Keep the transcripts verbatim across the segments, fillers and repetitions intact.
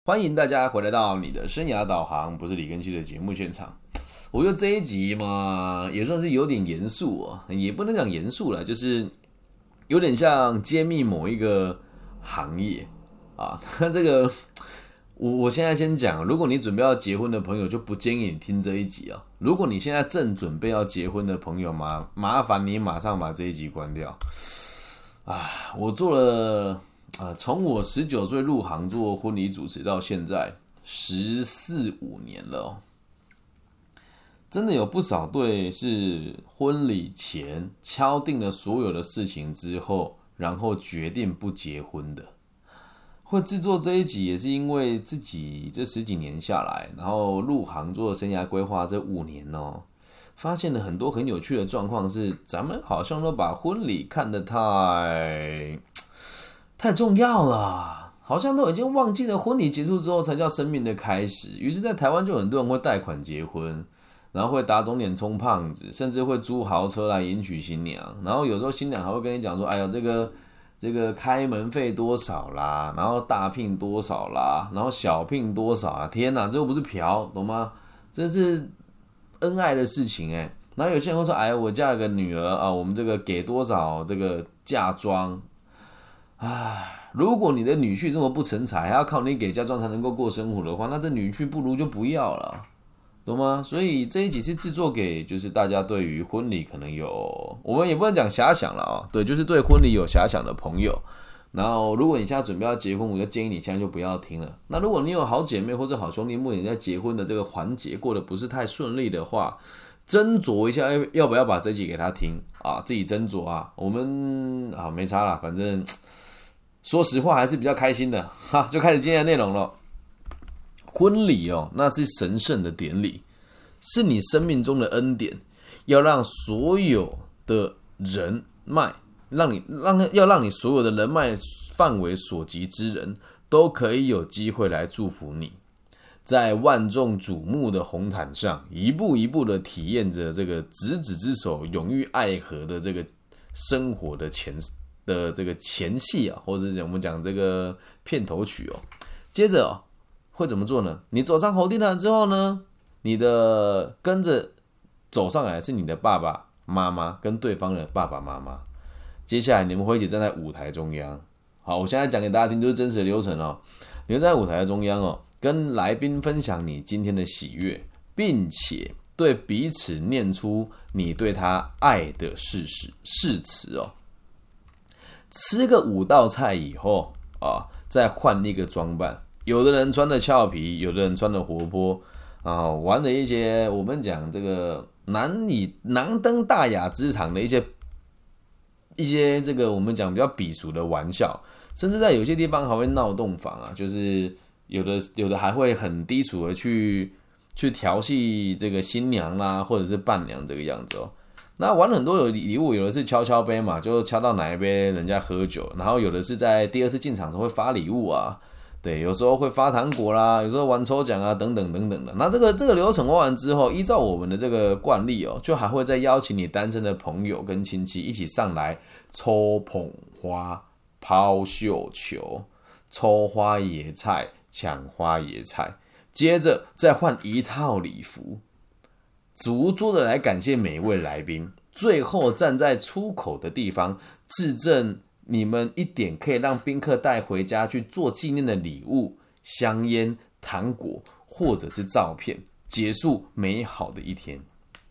欢迎大家回来到你的生涯导航，不是李根熙的节目现场。我觉得这一集嘛，也算是有点严肃哦，也不能讲严肃了，就是有点像揭秘某一个行业啊。那这个，我我现在先讲，如果你准备要结婚的朋友，就不建议你听这一集啊。如果你现在正准备要结婚的朋友嘛，麻烦你马上把这一集关掉。啊，我做了。啊，从我十九岁入行做婚礼主持到现在十四五年了哦，真的有不少对是婚礼前敲定了所有的事情之后，然后决定不结婚的。会制作这一集也是因为自己这十几年下来，然后入行做生涯规划这五年哦，发现了很多很有趣的状况是，咱们好像都把婚礼看得太。太重要了，好像都已经忘记了婚礼结束之后才叫生命的开始。于是，在台湾就很多人会贷款结婚，然后会打肿脸充胖子，甚至会租豪车来迎娶新娘。然后有时候新娘还会跟你讲说：“哎呦，这个这个开门费多少啦，然后大聘多少啦，然后小聘多少啊？天哪，这又不是嫖，懂吗？这是恩爱的事情哎。”然后有些人会说：“哎，我嫁了个女儿啊，我们这个给多少这个嫁妆？”唉，如果你的女婿这么不成才，还要靠你给嫁妆才能够过生活的话，那这女婿不如就不要了，懂吗？所以这一集是制作给就是大家对于婚礼可能有，我们也不能讲遐想了啊、哦，对，就是对婚礼有遐想的朋友。然后，如果你现在准备要结婚，我就建议你现在就不要听了。那如果你有好姐妹或者好兄弟，目前在结婚的这个环节过得不是太顺利的话，斟酌一下要不要把这集给他听啊，自己斟酌啊。我们啊没差啦，反正。说实话还是比较开心的，哈，就开始今天的内容了。婚礼哦，那是神圣的典礼，是你生命中的恩典，要让所有的人脉，让你让要让你所有的人脉范围所及之人，都可以有机会来祝福你，在万众瞩目的红毯上，一步一步的体验着这个执子之手、永浴爱河的这个生活的前。的这个前戏啊，或者是我们讲这个片头曲哦，接着哦会怎么做呢？你走上红地毯之后呢，你的跟着走上来是你的爸爸妈妈跟对方的爸爸妈妈，接下来你们会一起站在舞台中央。好，我现在讲给大家听，就是真实的流程哦。你会在舞台中央哦，跟来宾分享你今天的喜悦，并且对彼此念出你对他爱的事实誓词哦。吃个五道菜以后啊，再换一个装扮。有的人穿的俏皮，有的人穿的活泼啊，玩了一些我们讲这个难以难登大雅之堂的一些一些这个我们讲比较鄙俗的玩笑，甚至在有些地方还会闹洞房啊，就是有的有的还会很低俗的去去调戏这个新娘啦，或者是伴娘这个样子哦。那玩很多有礼物，有的是敲敲杯嘛，就敲到哪一杯人家喝酒，然后有的是在第二次进场的时候会发礼物啊，对，有时候会发糖果啦，有时候玩抽奖啊，等等等等的。那这个这个流程玩完之后，依照我们的这个惯例哦，就还会再邀请你单身的朋友跟亲戚一起上来抽捧花、抛绣球、抽花野菜、抢花野菜，接着再换一套礼服。逐桌的来感谢每一位来宾，最后站在出口的地方，致赠你们一点可以让宾客带回家去做纪念的礼物、香烟、糖果或者是照片，结束美好的一天。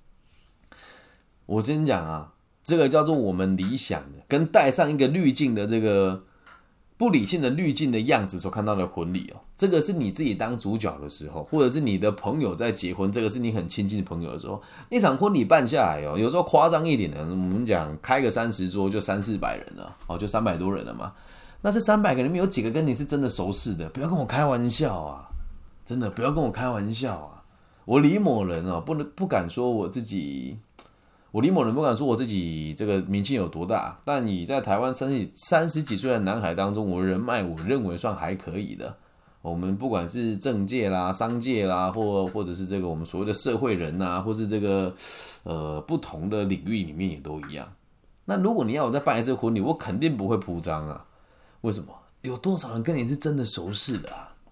我先讲啊，这个叫做我们理想的，跟带上一个滤镜的这个不理性的滤镜的样子所看到的婚礼哦，这个是你自己当主角的时候，或者是你的朋友在结婚，这个是你很亲近的朋友的时候，那场婚礼办下来哦，有时候夸张一点的，我们讲开个三十桌就三四百人了，哦，就三百多人了嘛。那这三百个里面有几个跟你是真的熟识的？不要跟我开玩笑啊！真的不要跟我开玩笑啊！我李某人哦，不能不敢说我自己。我李某人不敢说我自己这个名气有多大，但你在台湾三十三十几岁的男孩当中，我人脉我认为算还可以的。我们不管是政界啦、商界啦，或或者是这个我们所谓的社会人啊，或是这个呃不同的领域里面也都一样。那如果你要我再办一次婚礼，我肯定不会铺张啊。为什么？有多少人跟你是真的熟识的啊？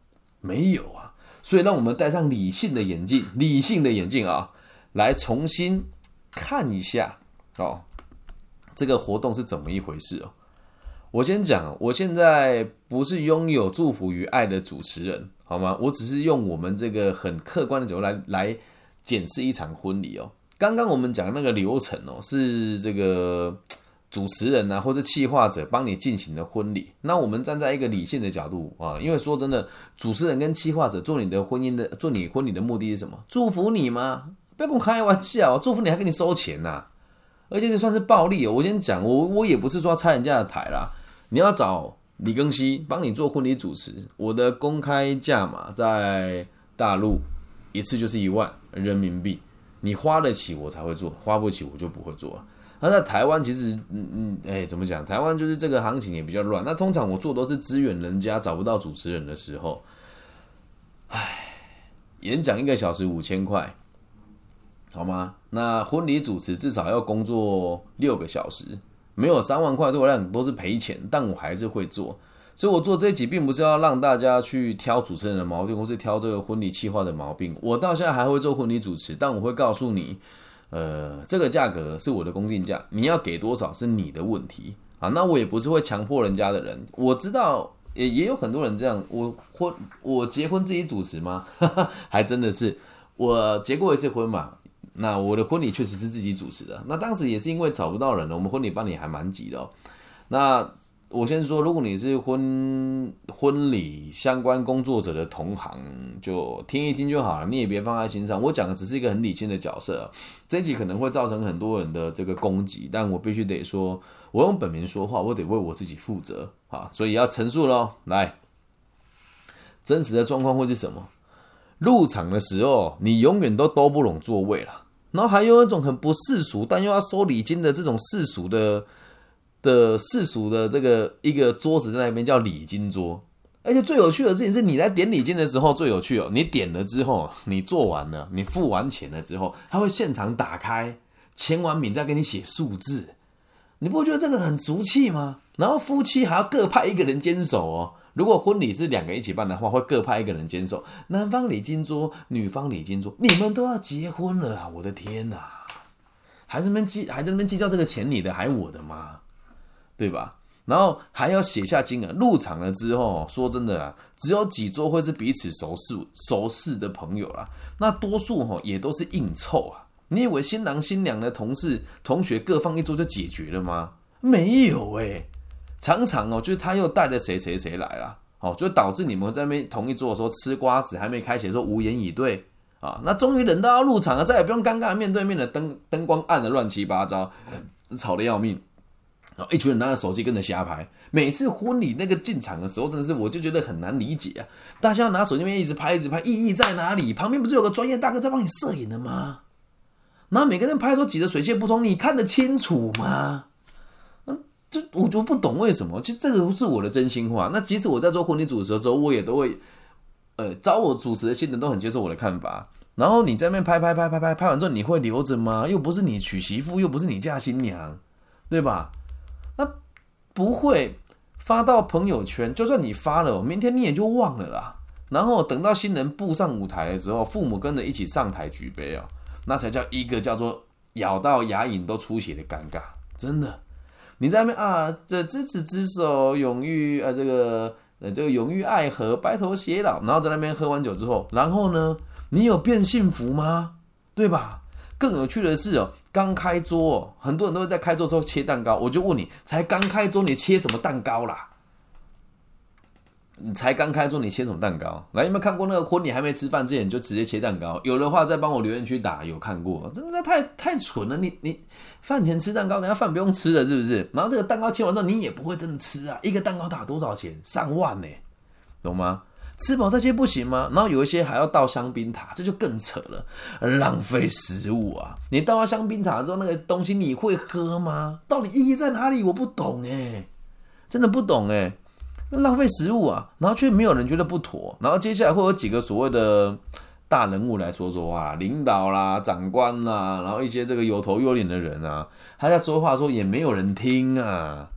没有啊。所以让我们戴上理性的眼镜，理性的眼镜啊，来重新看一下哦，这个活动是怎么一回事哦。我先讲，我现在不是拥有祝福与爱的主持人，好吗？我只是用我们这个很客观的角度来来检视一场婚礼哦。刚刚我们讲那个流程哦，是这个主持人啊或者企划者帮你进行的婚礼。那我们站在一个理性的角度啊，因为说真的，主持人跟企划者做你的婚姻的做你婚礼的目的是什么？祝福你吗？不要跟我开玩笑，祝福你还跟你收钱呐、啊，而且这算是暴利哦。我先讲，我我也不是说要拆人家的台啦。你要找李庚希帮你做婚礼主持，我的公开价码在大陆一次就是一万人民币，你花得起我才会做，花不起我就不会做。那在台湾其实，嗯嗯，哎、欸，怎么讲？台湾就是这个行情也比较乱。那通常我做都是支援人家找不到主持人的时候，唉，演讲一个小时五千块，好吗？那婚礼主持至少要工作六个小时。没有三万块对我来讲都是赔钱，但我还是会做，所以我做这一集并不是要让大家去挑主持人的毛病，或是挑这个婚礼企划的毛病。我到现在还会做婚礼主持，但我会告诉你，呃，这个价格是我的公定价，你要给多少是你的问题啊。那我也不是会强迫人家的人，我知道也也有很多人这样。我婚我结婚自己主持吗？还真的是，我结过一次婚嘛。那我的婚礼确实是自己主持的，那当时也是因为找不到人了，我们婚礼办理还蛮急的哦。那我先说，如果你是婚婚礼相关工作者的同行，就听一听就好了，你也别放在心上。我讲的只是一个很理性的角色，这一集可能会造成很多人的这个攻击，但我必须得说，我用本名说话，我得为我自己负责啊，所以要陈述咯。来，真实的状况会是什么？入场的时候，你永远都兜不拢座位了。然后还有一种很不世俗，但又要收礼金的这种世俗的的世俗的这个一个桌子在那边叫礼金桌。而且最有趣的事情是，你在点礼金的时候最有趣哦。你点了之后，你做完了，你付完钱了之后，他会现场打开，签完名再给你写数字。你不觉得这个很俗气吗？然后夫妻还要各派一个人坚守哦。如果婚礼是两个一起办的话，会各派一个人坚守，男方礼金桌，女方礼金桌，你们都要结婚了啊！我的天哪，还在那边计，还在那边计较这个钱你的还我的吗？对吧？然后还要写下金额，入场了之后，说真的啦，只有几桌会是彼此熟识熟识的朋友啦，那多数也都是硬凑啊。你以为新郎新娘的同事同学各放一桌就解决了吗？没有诶、欸。常常哦，就是他又带了谁谁谁来啦，哦，就导致你们在那边同一桌的时候吃瓜子还没开启的时候无言以对啊。那终于等到要入场了，再也不用尴尬面对面的灯灯光暗的乱七八糟，吵得要命。然后一群人拿着手机跟着瞎拍。每次婚礼那个进场的时候，真的是我就觉得很难理解啊！大家要拿手机那边一直拍一直拍，意义在哪里？旁边不是有个专业大哥在帮你摄影的吗？然后每个人拍的时候挤得水泄不通，你看得清楚吗？就我就不懂为什么，其实这个是我的真心话。那即使我在做婚礼主持的时候，我也都会，呃，找我主持的新人都很接受我的看法。然后你在那边拍拍拍拍拍拍完之后，你会留着吗？又不是你娶媳妇，又不是你嫁新娘，对吧？那不会发到朋友圈，就算你发了，明天你也就忘了啦。然后等到新人步上舞台的时候，父母跟着一起上台举杯啊，那才叫一个叫做咬到牙龈都出血的尴尬，真的。你在那边啊，这执子之手，永浴呃，这个呃，这个永浴爱河，白头偕老。然后在那边喝完酒之后，然后呢，你有变幸福吗？对吧？更有趣的是哦，刚开桌哦，很多人都会在开桌之后切蛋糕。我就问你，才刚开桌，你切什么蛋糕啦？你才刚开桌，你切什么蛋糕？来，有没有看过那个婚礼还没吃饭之前就直接切蛋糕？有的话再帮我留言区打，有看过，真的太太蠢了！你你饭前吃蛋糕，等下饭不用吃了是不是？然后这个蛋糕切完之后，你也不会真的吃啊！一个蛋糕打多少钱？上万呢、欸，懂吗？吃饱再切不行吗？然后有一些还要倒香槟塔，这就更扯了，浪费食物啊！你倒完香槟塔之后，那个东西你会喝吗？到底意义在哪里？我不懂哎、欸，真的不懂哎、欸。浪费食物啊，然后却没有人觉得不妥，然后接下来会有几个所谓的大人物来说说话，领导啦、长官啦，然后一些这个有头有脸的人啊，他在说话的时候也没有人听啊，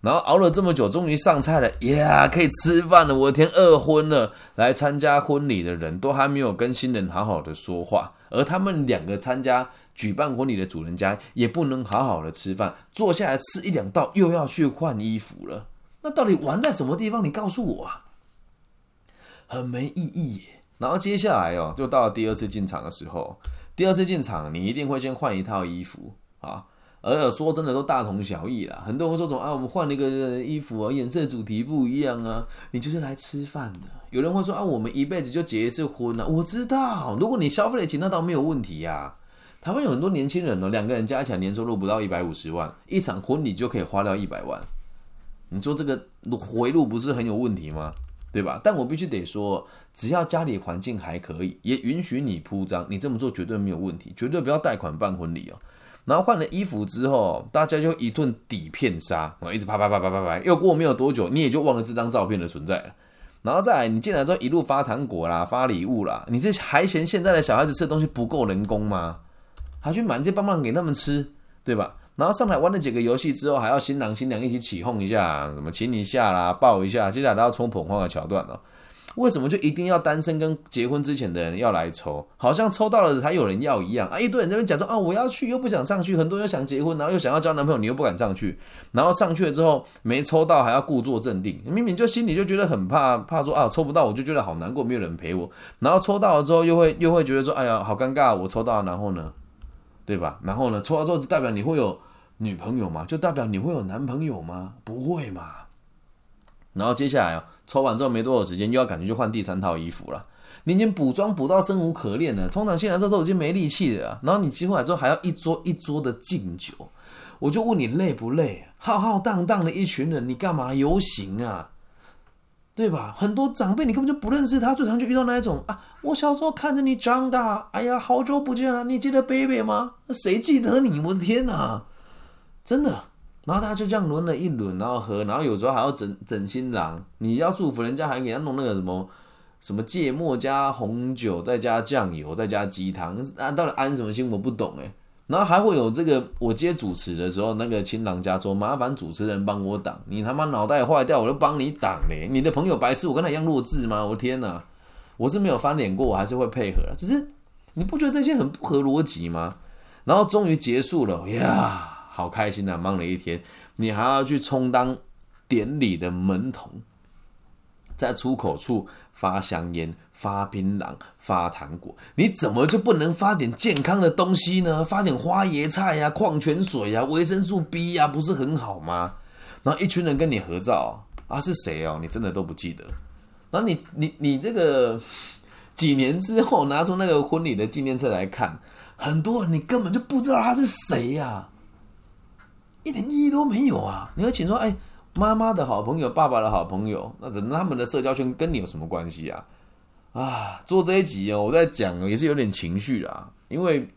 然后熬了这么久，终于上菜了，呀，可以吃饭了！我的天，饿昏了！来参加婚礼的人都还没有跟新人好好的说话，而他们两个参加举办婚礼的主人家也不能好好的吃饭，坐下来吃一两道又要去换衣服了。那到底玩在什么地方？你告诉我啊！很没意义耶。然后接下来哦，就到了第二次进场的时候，第二次进场你一定会先换一套衣服啊。而说真的都大同小异啦，很多人会说什么啊，我们换那个衣服啊，颜色主题不一样啊，你就是来吃饭的。有人会说啊，我们一辈子就结一次婚啊，我知道，如果你消费得起，那倒没有问题啊。台湾有很多年轻人哦，两个人加起来年收入不到一百五十万，一场婚礼就可以花掉一百万，你说这个回路不是很有问题吗？对吧？但我必须得说，只要家里环境还可以，也允许你铺张，你这么做绝对没有问题，绝对不要贷款办婚礼哦。然后换了衣服之后，大家就一顿底片杀，一直啪啪啪啪啪啪，又过没有多久，你也就忘了这张照片的存在了。然后再来，你进来之后一路发糖果啦，发礼物啦，你是还嫌现在的小孩子吃的东西不够人工吗？还去买这棒棒给他们吃，对吧？然后上台玩了几个游戏之后，还要新郎新娘一起起哄一下，什么亲一下啦，抱一下，接下来都要冲捧花的桥段了。为什么就一定要单身跟结婚之前的人要来抽？好像抽到了才有人要一样啊！一堆人在那边讲说啊，我要去又不想上去，很多人想结婚，然后又想要交男朋友，你又不敢上去，然后上去了之后没抽到还要故作镇定，明明就心里就觉得很怕，怕说啊抽不到我就觉得好难过，没有人陪我，然后抽到了之后又会又会觉得说，哎呀好尴尬，我抽到了，然后呢，对吧？然后呢，抽到之后代表你会有女朋友吗？就代表你会有男朋友吗？不会嘛。然后接下来哦，抽完之后没多少时间，又要赶紧去换第三套衣服了。你已经补妆补到生无可恋了，通常现在这都已经没力气了。然后你结婚来之后还要一桌一桌的敬酒，我就问你累不累？浩浩荡荡的一群人，你干嘛游行啊？对吧？很多长辈你根本就不认识他，最常就遇到那一种啊，我小时候看着你长大，哎呀，好久不见了，你记得 baby 吗？谁记得你？我的天哪，真的。然后大家就这样轮了一轮，然后喝，然后有时候还要整整新郎，你要祝福人家，还给他弄那个什么什么芥末加红酒，再加酱油，再加鸡汤，啊，到底安什么心我不懂哎。然后还会有这个，我接主持的时候，那个新郎家说麻烦主持人帮我挡，你他妈脑袋坏掉，我就帮你挡嘞。你的朋友白痴，我跟他一样弱智吗？我的天哪，我是没有翻脸过，我还是会配合，只是你不觉得这些很不合逻辑吗？然后终于结束了呀。好开心啊！忙了一天，你还要去充当典礼的门童，在出口处发香烟、发槟榔、发糖果，你怎么就不能发点健康的东西呢？发点花椰菜呀、啊、矿泉水啊、维生素 B 呀、啊，不是很好吗？然后一群人跟你合照啊，是谁哦？你真的都不记得。然后你你你这个几年之后拿出那个婚礼的纪念册来看，很多人你根本就不知道他是谁呀、啊。一点意义都没有啊！你会请说，哎，妈妈的好朋友、爸爸的好朋友，那等他们的社交圈跟你有什么关系啊？啊，做这一集哦，我在讲也是有点情绪啦，因为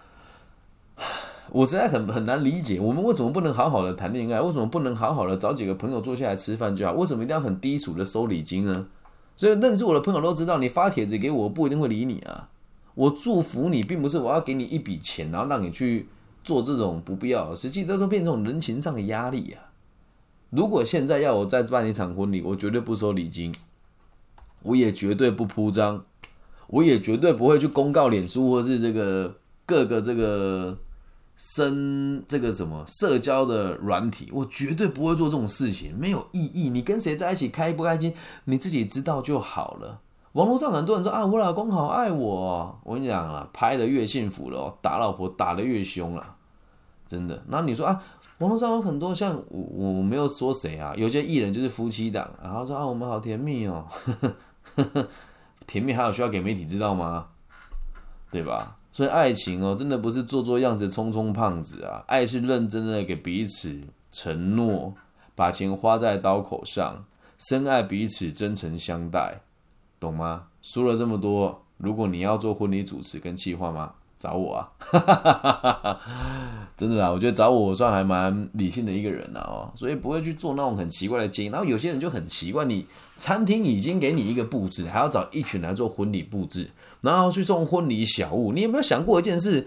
我实在很很难理解，我们为什么不能好好的谈恋爱？为什么不能好好的找几个朋友坐下来吃饭就好？为什么一定要很低俗的收礼金呢？所以认识我的朋友都知道，你发帖子给我，我不一定会理你啊。我祝福你，并不是我要给你一笔钱，然后让你去做这种不必要的，实际这都变成这种人情上的压力啊！如果现在要我再办一场婚礼，我绝对不收礼金，我也绝对不铺张，我也绝对不会去公告脸书或是这个各个这个生这个什么社交的软体，我绝对不会做这种事情，没有意义。你跟谁在一起开不开心，你自己知道就好了。网络上很多人说啊，我老公好爱我、哦，我跟你讲啊，拍的越幸福了、哦，打老婆打的越凶了，真的。然后你说啊，网络上有很多像我，我没有说谁啊，有些艺人就是夫妻档，然后说啊，我们好甜蜜哦，甜蜜还有需要给媒体知道吗？对吧？所以爱情哦，真的不是做做样子、充充胖子啊，爱是认真的给彼此承诺，把钱花在刀口上，深爱彼此，真诚相待。懂吗？说了这么多，如果你要做婚礼主持跟企划吗？找我啊！真的啦，我觉得找我，我算还蛮理性的一个人啦哦，所以不会去做那种很奇怪的建议。然后有些人就很奇怪，你餐厅已经给你一个布置，还要找一群来做婚礼布置，然后去送婚礼小物。你有没有想过一件事？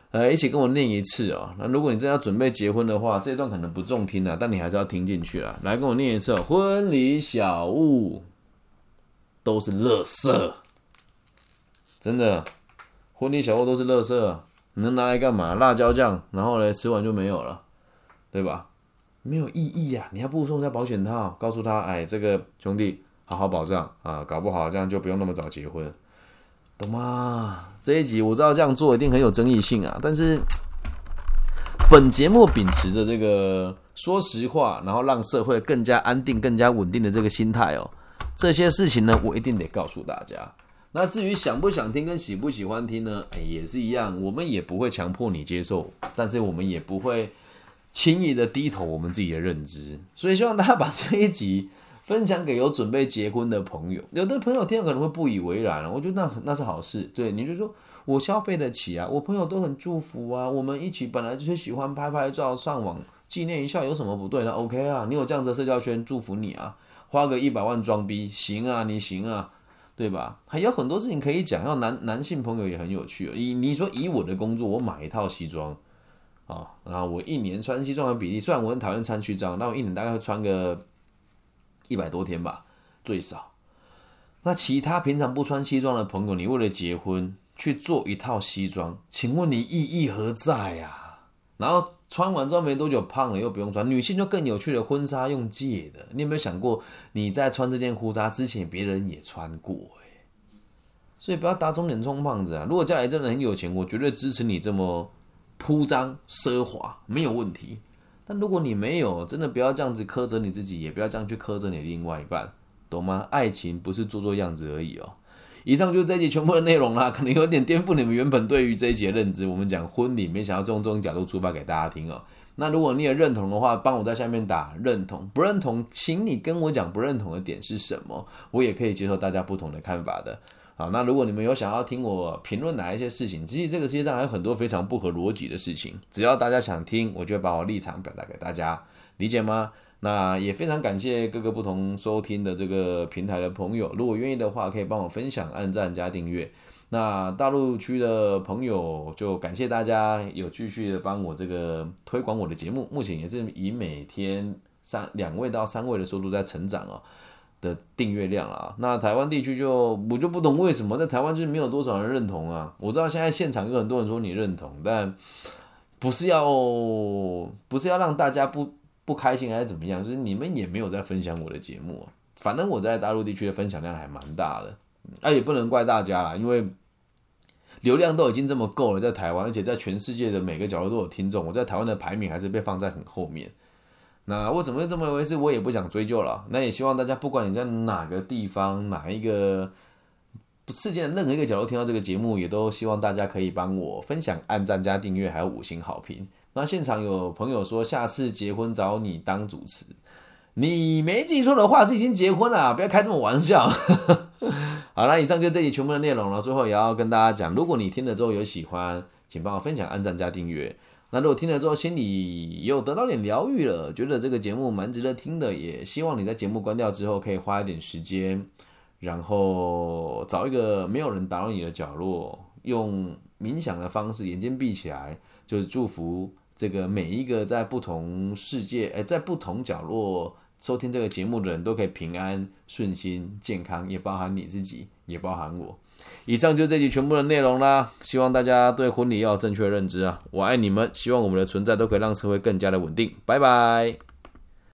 呃，一起跟我念一次哦。那如果你真的要准备结婚的话，这段可能不中听啊，但你还是要听进去啦。来跟我念一次哦，婚礼小物都是垃圾，真的，婚礼小物都是垃圾，你能拿来干嘛？辣椒酱，然后呢，吃完就没有了，对吧？没有意义啊！你还不如送人家保险套，告诉他，哎，这个兄弟好好保障啊，搞不好这样就不用那么早结婚。懂吗？这一集我知道这样做一定很有争议性啊，但是本节目秉持着这个说实话，然后让社会更加安定、更加稳定的这个心态哦，这些事情呢，我一定得告诉大家。那至于想不想听跟喜不喜欢听呢，哎，也是一样，我们也不会强迫你接受，但是我们也不会轻易的低头我们自己的认知，所以希望大家把这一集分享给有准备结婚的朋友，有的朋友听了可能会不以为然，我觉得 那, 那是好事。对，你就说我消费得起啊，我朋友都很祝福啊，我们一起本来就是喜欢拍拍照上网纪念一下，有什么不对呢 ？OK 啊，你有这样子的社交圈，祝福你啊，花个一百万装逼，行啊，你行啊，对吧？还有很多事情可以讲，要男男性朋友也很有趣、哦。你你说以我的工作，我买一套西装啊，然后我一年穿西装的比例，虽然我很讨厌穿西装，但我一年大概会穿个一百多天吧，最少。那其他平常不穿西装的朋友，你为了结婚去做一套西装，请问你意义何在啊？然后穿完之后没多久胖了又不用穿，女性就更有趣的婚纱用借的，你有没有想过你在穿这件婚纱之前，别人也穿过、欸、所以不要打肿脸充胖子啊！如果家里真的很有钱，我绝对支持你这么铺张奢华，没有问题。但如果你没有，真的不要这样子苛责你自己，也不要这样去苛责你的另外一半，懂吗？爱情不是做做样子而已哦。以上就是这一集全部的内容啦，可能有点颠覆你们原本对于这一集的认知。我们讲婚礼，没想到从这种角度出发给大家听哦。那如果你也认同的话，帮我在下面打认同；不认同，请你跟我讲不认同的点是什么，我也可以接受大家不同的看法的。好，那如果你们有想要听我评论哪一些事情，其实这个世界上还有很多非常不合逻辑的事情，只要大家想听，我就会把我立场表达给大家，理解吗？那也非常感谢各个不同收听的这个平台的朋友，如果愿意的话，可以帮我分享、按赞加订阅。那大陆区的朋友就感谢大家有继续的帮我这个推广我的节目，目前也是以每天三两位到三位的速度在成长哦。的订阅量啊，那台湾地区就我就不懂为什么在台湾就是没有多少人认同啊。我知道现在现场有很多人说你认同，但不是要不是要让大家不不开心还是怎么样，就是你们也没有在分享我的节目、啊。反正我在大陆地区的分享量还蛮大的，啊也不能怪大家啦，因为流量都已经这么够了，在台湾，而且在全世界的每个角落都有听众，我在台湾的排名还是被放在很后面。那我怎么会这么回事，我也不想追究了。那也希望大家不管你在哪个地方哪一个世界的任何一个角落听到这个节目，也都希望大家可以帮我分享、按赞加订阅，还有五星好评。那现场有朋友说下次结婚找你当主持，你没记错的话是已经结婚了，不要开这么玩笑。好，那以上就这集全部的内容了。最后也要跟大家讲，如果你听了之后有喜欢，请帮我分享、按赞加订阅。那如果听了之后心里也有得到点疗愈了，觉得这个节目蛮值得听的，也希望你在节目关掉之后可以花一点时间，然后找一个没有人打扰你的角落，用冥想的方式，眼睛闭起来，就是祝福这个每一个在不同世界、欸、在不同角落收听这个节目的人都可以平安、顺心、健康，也包含你自己，也包含我。以上就是这集全部的内容啦，希望大家对婚礼要有正确的认知啊！我爱你们，希望我们的存在都可以让社会更加的稳定。拜拜。